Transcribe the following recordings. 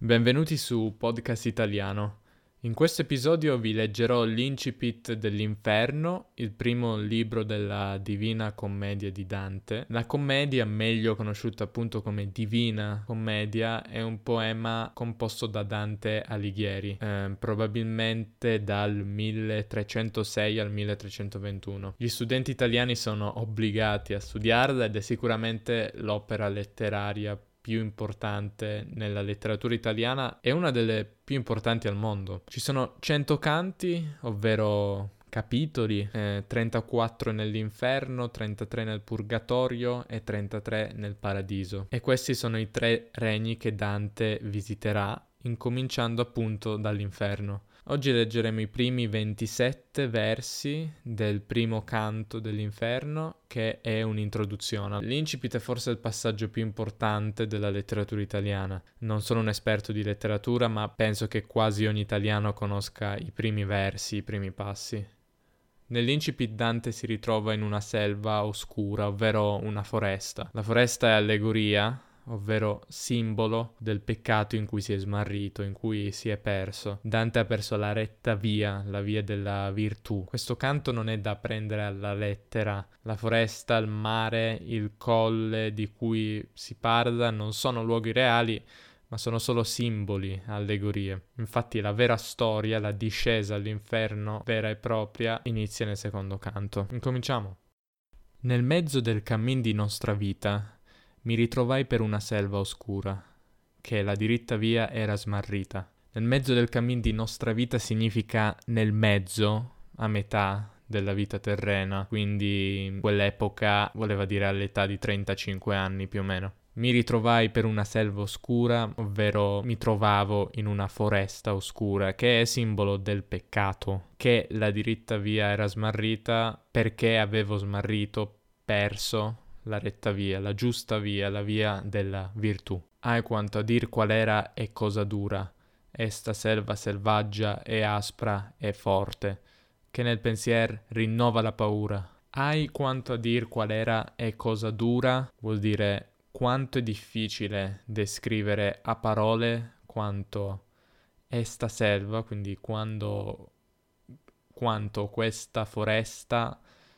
Benvenuti su Podcast Italiano. In questo episodio vi leggerò l'Incipit dell'Inferno, il primo libro della Divina Commedia di Dante. La commedia, meglio conosciuta appunto come Divina Commedia, è un poema composto da Dante Alighieri, probabilmente dal 1306 al 1321. Gli studenti italiani sono obbligati a studiarla ed è sicuramente l'opera letteraria più importante nella letteratura italiana e una delle più importanti al mondo. Ci sono 100 canti, ovvero capitoli, 34 nell'inferno, 33 nel purgatorio e 33 nel paradiso. E questi sono i 3 regni che Dante visiterà, incominciando appunto dall'inferno. Oggi leggeremo i primi 27 versi del primo canto dell'inferno, che è un'introduzione. L'incipit è forse il passaggio più importante della letteratura italiana. Non sono un esperto di letteratura, ma penso che quasi ogni italiano conosca i primi versi, i primi passi. Nell'Incipit Dante si ritrova in una selva oscura, ovvero una foresta. La foresta è allegoria, ovvero simbolo del peccato in cui si è smarrito, in cui si è perso. Dante ha perso la retta via, la via della virtù. Questo canto non è da prendere alla lettera. La foresta, il mare, il colle di cui si parla non sono luoghi reali, ma sono solo simboli, allegorie. Infatti la vera storia, la discesa all'inferno vera e propria, inizia nel secondo canto. Incominciamo. Nel mezzo del cammin di nostra vita mi ritrovai per una selva oscura, che la diritta via era smarrita. Nel mezzo del cammin di nostra vita significa nel mezzo, a metà della vita terrena, quindi in quell'epoca voleva dire all'età di 35 anni più o meno. Mi ritrovai per una selva oscura, ovvero mi trovavo in una foresta oscura, che è simbolo del peccato, che la diritta via era smarrita perché avevo smarrito, perso la retta via, la giusta via, la via della virtù. Quanto a dir qual era e cosa dura, esta selva selvaggia e aspra e forte, che nel pensier rinnova la paura. Quanto a dir qual era e cosa dura, vuol dire quanto è difficile descrivere a parole quanto esta selva, quindi quanto questa foresta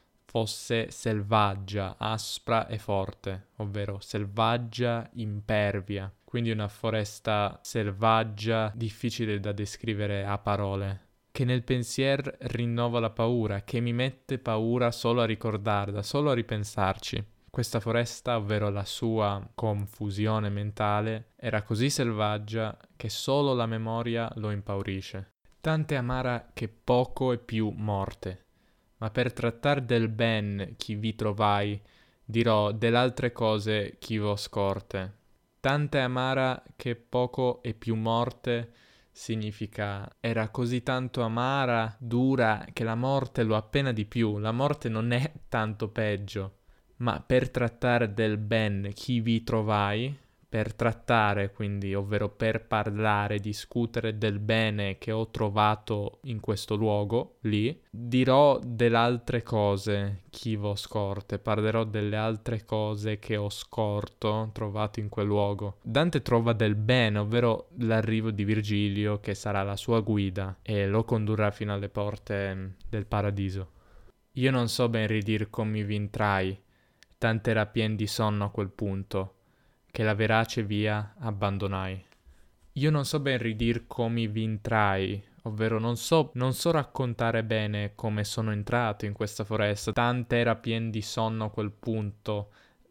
fosse selvaggia, aspra e forte, ovvero selvaggia, impervia. Quindi una foresta selvaggia, difficile da descrivere a parole, che nel pensier rinnova la paura, che mi mette paura solo a ricordarla, solo a ripensarci. Questa foresta, ovvero la sua confusione mentale, era così selvaggia che solo la memoria lo impaurisce. Tante amara che poco è più morte. Ma per trattar del ben chi vi trovai, dirò dell'altre cose chi vo scorte. Tante amara che poco è più morte significa era così tanto amara, dura, che la morte lo appena di più. La morte non è tanto peggio. Ma per trattare del ben chi vi trovai, per trattare quindi, ovvero per parlare, discutere del bene che ho trovato in questo luogo, lì, dirò delle altre cose chi vo scorte, parlerò delle altre cose che ho scorto, trovato in quel luogo. Dante trova del bene, ovvero l'arrivo di Virgilio, che sarà la sua guida e lo condurrà fino alle porte del paradiso. Io non so ben ridir come vi intrai, tant'era pien di sonno a quel punto, che la verace via abbandonai. Io non so ben ridir come vi intrai, ovvero non so raccontare bene come sono entrato in questa foresta, tant'era pien di sonno a quel punto,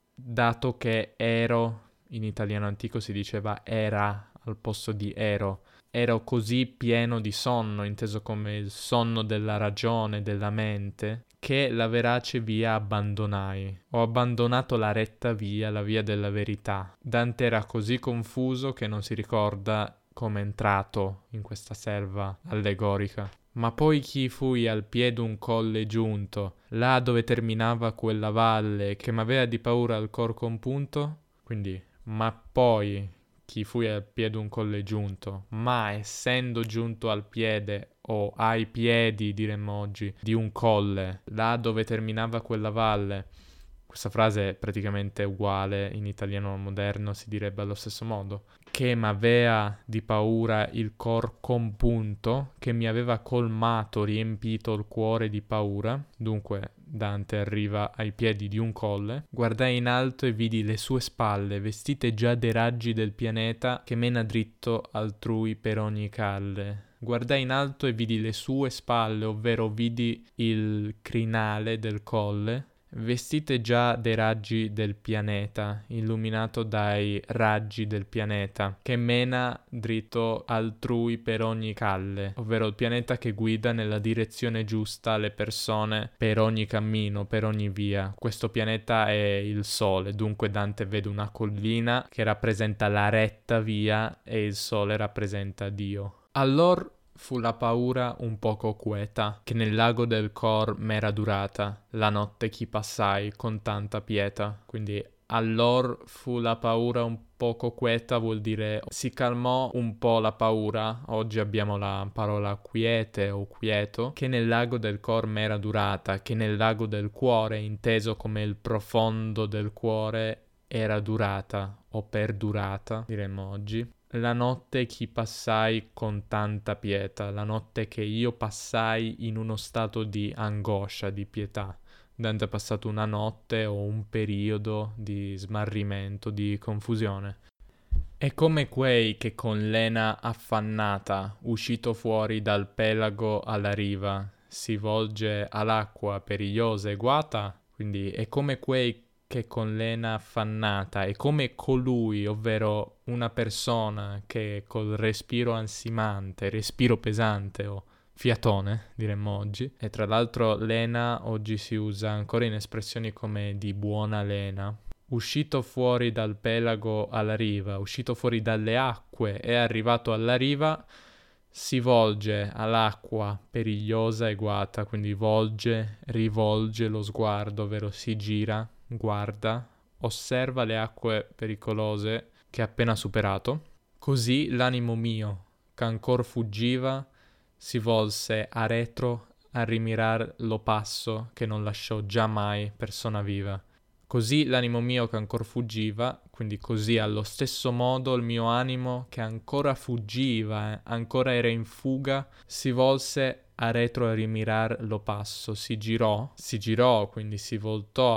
dato che ero, in italiano antico si diceva era al posto di ero così pieno di sonno, inteso come il sonno della ragione, della mente, che la verace via abbandonai. Ho abbandonato la retta via, la via della verità. Dante era così confuso che non si ricorda come è entrato in questa selva allegorica. Ma poi chi fui al piede un colle giunto, là dove terminava quella valle che m'aveva di paura al cor compunto? Quindi, ma poi chi fui al piede un colle giunto, ma essendo giunto al piede o ai piedi, diremmo oggi, di un colle, là dove terminava quella valle. Questa frase è praticamente uguale in italiano moderno, si direbbe allo stesso modo. che m'avea di paura il cor compunto, che mi aveva colmato, riempito il cuore di paura. Dunque Dante arriva ai piedi di un colle. Guardai in alto e vidi le sue spalle, vestite già dei raggi del pianeta che mena dritto altrui per ogni calle. Guardai in alto e vidi le sue spalle, ovvero vidi il crinale del colle, vestite già dei raggi del pianeta, illuminato dai raggi del pianeta, che mena dritto altrui per ogni calle, ovvero il pianeta che guida nella direzione giusta le persone per ogni cammino, per ogni via. Questo pianeta è il Sole, dunque Dante vede una collina che rappresenta la retta via e il Sole rappresenta Dio. Allor fu la paura un poco queta, che nel lago del cor m'era durata, la notte chi passai con tanta pietà. Quindi allor fu la paura un poco queta, vuol dire si calmò un po' la paura. Oggi abbiamo la parola quiete o quieto, che nel lago del cor m'era durata, che nel lago del cuore, inteso come il profondo del cuore, era durata o perdurata, diremmo oggi. La notte che passai con tanta pietà, la notte che io passai in uno stato di angoscia, di pietà. Dante ha passato una notte o un periodo di smarrimento, di confusione. È come quei che con lena affannata, uscito fuori dal pelago alla riva, si volge all'acqua perigliosa e guata, quindi è come quei che con lena affannata, è come colui, ovvero una persona che col respiro ansimante, respiro pesante o fiatone, diremmo oggi, e tra l'altro lena oggi si usa ancora in espressioni come di buona lena, uscito fuori dal pelago alla riva, uscito fuori dalle acque e arrivato alla riva, si volge all'acqua perigliosa e guata, quindi volge, rivolge lo sguardo, ovvero si gira, guarda, osserva le acque pericolose che ha appena superato. Così l'animo mio, ch'ancor fuggiva, si volse a retro a rimirar lo passo che non lasciò già mai persona viva. Così l'animo mio che ancora fuggiva, quindi così allo stesso modo il mio animo che ancora fuggiva, ancora era in fuga, si volse a retro a rimirar lo passo, si girò, quindi si voltò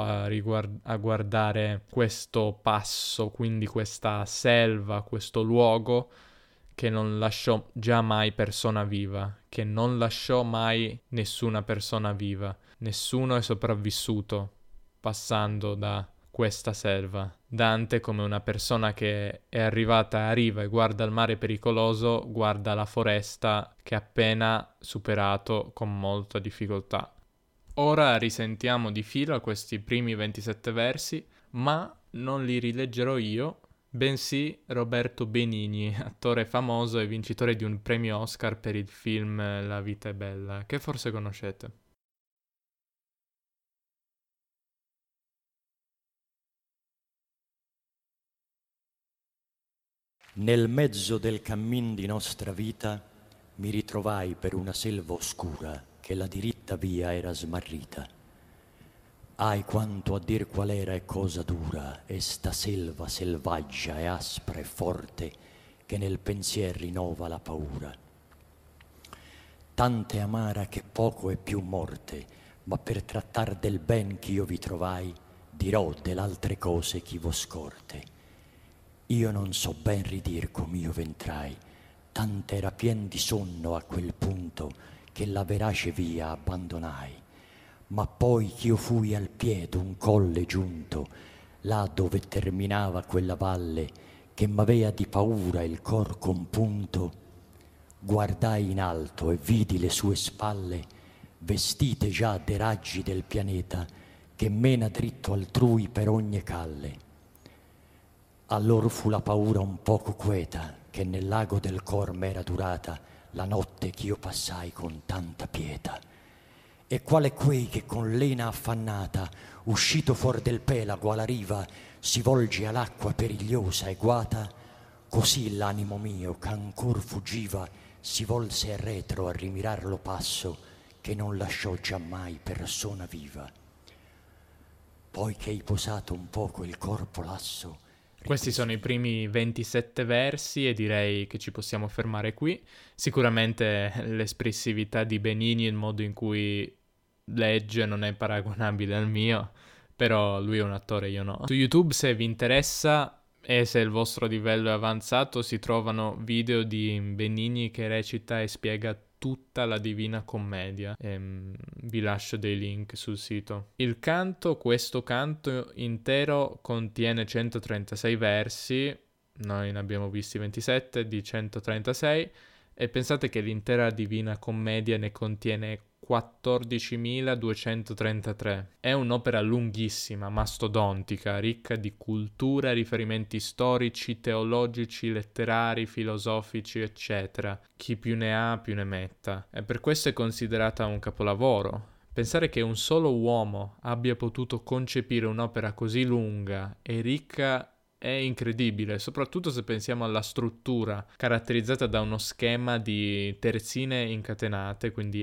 a guardare questo passo, quindi questa selva, questo luogo che non lasciò già mai persona viva, che non lasciò mai nessuna persona viva, nessuno è sopravvissuto passando da questa selva. Dante, come una persona che è arrivata a riva e guarda il mare pericoloso, guarda la foresta che ha appena superato con molta difficoltà. Ora risentiamo di fila questi primi 27 versi, ma non li rileggerò io, bensì Roberto Benigni, attore famoso e vincitore di un premio Oscar per il film La vita è bella, che forse conoscete. Nel mezzo del cammin di nostra vita mi ritrovai per una selva oscura che la diritta via era smarrita. Ahi, quanto a dir qual era e cosa dura e sta selva selvaggia e aspra e forte che nel pensier rinnova la paura. Tante amara che poco è più morte, ma per trattar del ben ch'io vi trovai dirò dell'altre cose chi vo scorte. Io non so ben ridir com'io ventrai, tant'era pien di sonno a quel punto che la verace via abbandonai. Ma poi ch'io fui al piede un colle giunto, là dove terminava quella valle che m'avea di paura il cor compunto, guardai in alto e vidi le sue spalle vestite già de raggi del pianeta che mena dritto altrui per ogni calle. Allor fu la paura un poco queta che nel lago del cor m'era durata la notte ch'io passai con tanta pietà. E quale quei che con lena affannata, uscito fuor del pelago alla riva, si volge all'acqua perigliosa e guata, così l'animo mio ch'ancor fuggiva si volse a retro a rimirar lo passo che non lasciò giammai persona viva. Poi che hai posato un poco il corpo lasso, Questi sono i primi 27 versi e direi che ci possiamo fermare qui. Sicuramente l'espressività di Benigni, il modo in cui legge non è paragonabile al mio, però lui è un attore, io no. Su YouTube, se vi interessa e se il vostro livello è avanzato, si trovano video di Benigni che recita e spiega tutta la Divina Commedia. Vi lascio dei link sul sito. Questo canto intero contiene 136 versi, noi ne abbiamo visti 27 di 136, e pensate che l'intera Divina Commedia ne contiene 14.233. È un'opera lunghissima, mastodontica, ricca di cultura, riferimenti storici, teologici, letterari, filosofici, eccetera. Chi più ne ha, più ne metta. E per questo è considerata un capolavoro. Pensare che un solo uomo abbia potuto concepire un'opera così lunga e ricca è incredibile, soprattutto se pensiamo alla struttura caratterizzata da uno schema di terzine incatenate, quindi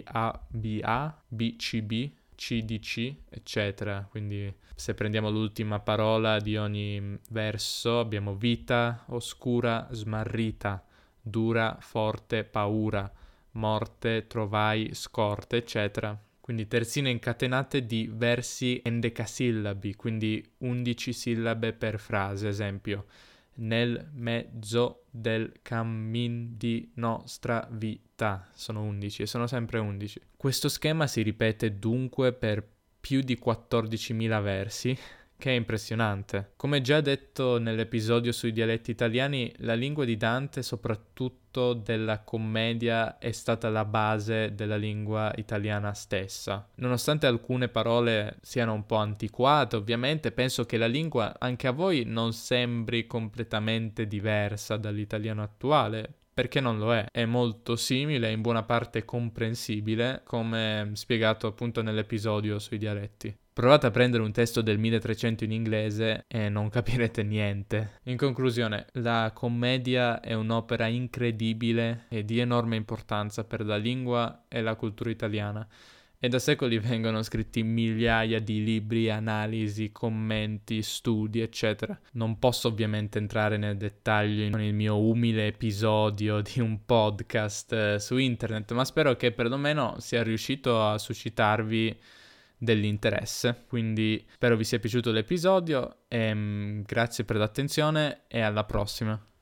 ABA, BCB, CDC, eccetera. Quindi se prendiamo l'ultima parola di ogni verso abbiamo vita, oscura, smarrita, dura, forte, paura, morte, trovai, scorte, eccetera. Quindi terzine incatenate di versi endecasillabi, quindi 11 sillabe per frase, esempio. Nel mezzo del cammin di nostra vita. Sono 11 e sono sempre 11. Questo schema si ripete dunque per più di 14.000 versi, che è impressionante. Come già detto nell'episodio sui dialetti italiani, la lingua di Dante, soprattutto della commedia, è stata la base della lingua italiana stessa. Nonostante alcune parole siano un po' antiquate, ovviamente, penso che la lingua anche a voi non sembri completamente diversa dall'italiano attuale, perché non lo è. È molto simile e in buona parte comprensibile, come spiegato appunto nell'episodio sui dialetti. Provate a prendere un testo del 1300 in inglese e non capirete niente. In conclusione, la commedia è un'opera incredibile e di enorme importanza per la lingua e la cultura italiana. E da secoli vengono scritti migliaia di libri, analisi, commenti, studi, eccetera. Non posso ovviamente entrare nel dettaglio con il mio umile episodio di un podcast su internet, ma spero che perlomeno sia riuscito a suscitarvi dell'interesse. Quindi spero vi sia piaciuto l'episodio e grazie per l'attenzione e alla prossima.